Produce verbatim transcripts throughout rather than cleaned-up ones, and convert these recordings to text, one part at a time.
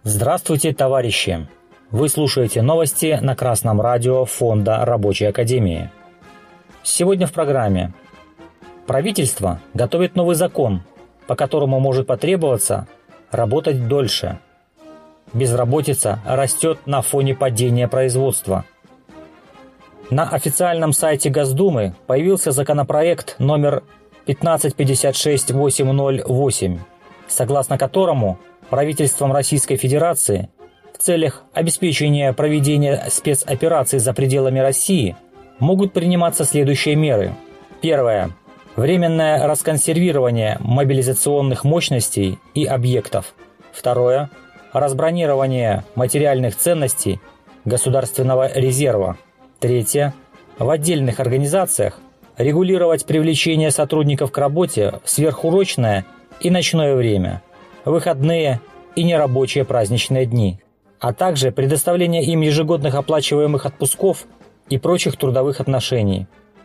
Здравствуйте, товарищи! Вы слушаете новости на Красном радио Фонда Рабочей Академии. Сегодня в программе. Правительство готовит новый закон, по которому может потребоваться работать дольше. Безработица растет на фоне падения производства. На официальном сайте Госдумы появился законопроект номер пятнадцать пятьдесят шесть восемьсот восемь, согласно которому правительством Российской Федерации в целях обеспечения проведения спецопераций за пределами России могут приниматься следующие меры. Первое. Временное расконсервирование мобилизационных мощностей и объектов. Второе. Разбронирование материальных ценностей государственного резерва. Третье. В отдельных организациях регулировать привлечение сотрудников к работе в сверхурочное и ночное время, выходные и нерабочие праздничные дни, а также предоставление им ежегодных оплачиваемых отпусков и прочих трудовых отношений.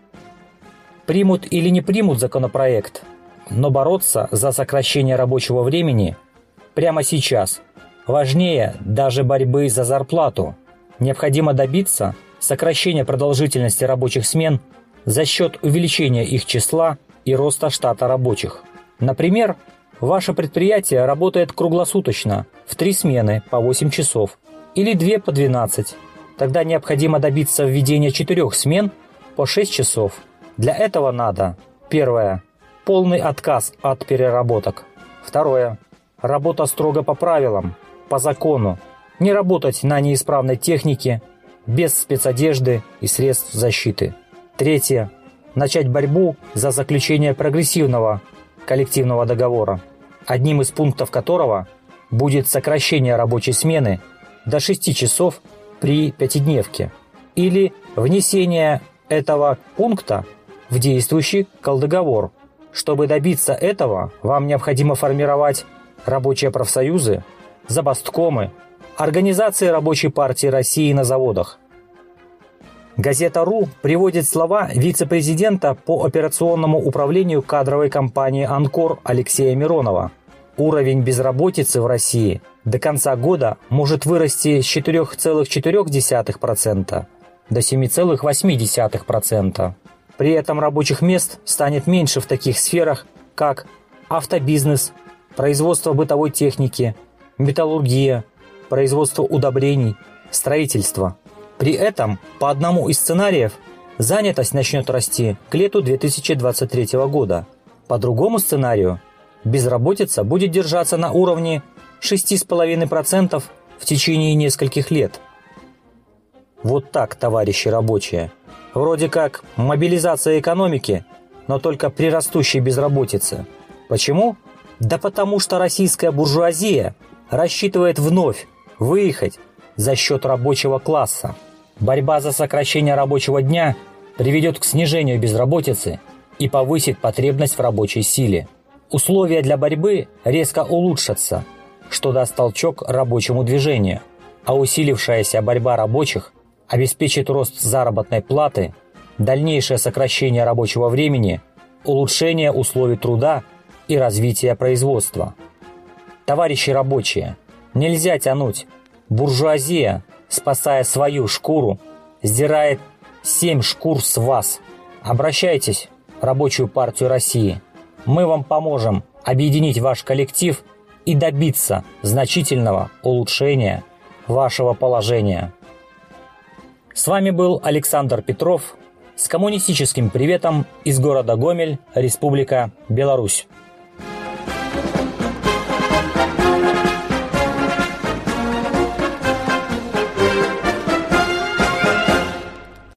Примут или не примут законопроект, но бороться за сокращение рабочего времени прямо сейчас важнее даже борьбы за зарплату. Необходимо добиться сокращения продолжительности рабочих смен за счет увеличения их числа и роста штата рабочих. Например, ваше предприятие работает круглосуточно, в три смены по восемь часов или две по двенадцать. Тогда необходимо добиться введения четырех смен по шесть часов. Для этого надо: первое. Полный отказ от переработок. Второе. Работа строго по правилам, по закону. Не работать на неисправной технике, без спецодежды и средств защиты. Третье. Начать борьбу за заключение прогрессивного коллективного договора, одним из пунктов которого будет сокращение рабочей смены до шести часов при пятидневке или внесение этого пункта в действующий колдоговор. Чтобы добиться этого, вам необходимо формировать рабочие профсоюзы, забасткомы, организации Рабочей партии России на заводах. Газета РУ приводит слова вице-президента по операционному управлению кадровой компании «Анкор» Алексея Миронова. Уровень безработицы в России до конца года может вырасти с четырёх целых четырёх десятых процента до семи целых восьми десятых процента. При этом рабочих мест станет меньше в таких сферах, как автобизнес, производство бытовой техники, металлургия, производство удобрений, строительство. При этом, по одному из сценариев, занятость начнет расти к лету две тысячи двадцать третьего года. По другому сценарию, безработица будет держаться на уровне шесть целых пять десятых процента в течение нескольких лет. Вот так, товарищи рабочие. Вроде как мобилизация экономики, но только при растущей безработице. Почему? Да потому что российская буржуазия рассчитывает вновь выехать за счет рабочего класса. Борьба за сокращение рабочего дня приведет к снижению безработицы и повысит потребность в рабочей силе. Условия для борьбы резко улучшатся, что даст толчок рабочему движению, а усилившаяся борьба рабочих обеспечит рост заработной платы, дальнейшее сокращение рабочего времени, улучшение условий труда и развитие производства. Товарищи рабочие, нельзя тянуть. Буржуазия, спасая свою шкуру, сдирает семь шкур с вас. Обращайтесь в Рабочую партию России. Мы вам поможем объединить ваш коллектив и добиться значительного улучшения вашего положения. С вами был Александр Петров с коммунистическим приветом из города Гомель, Республика Беларусь.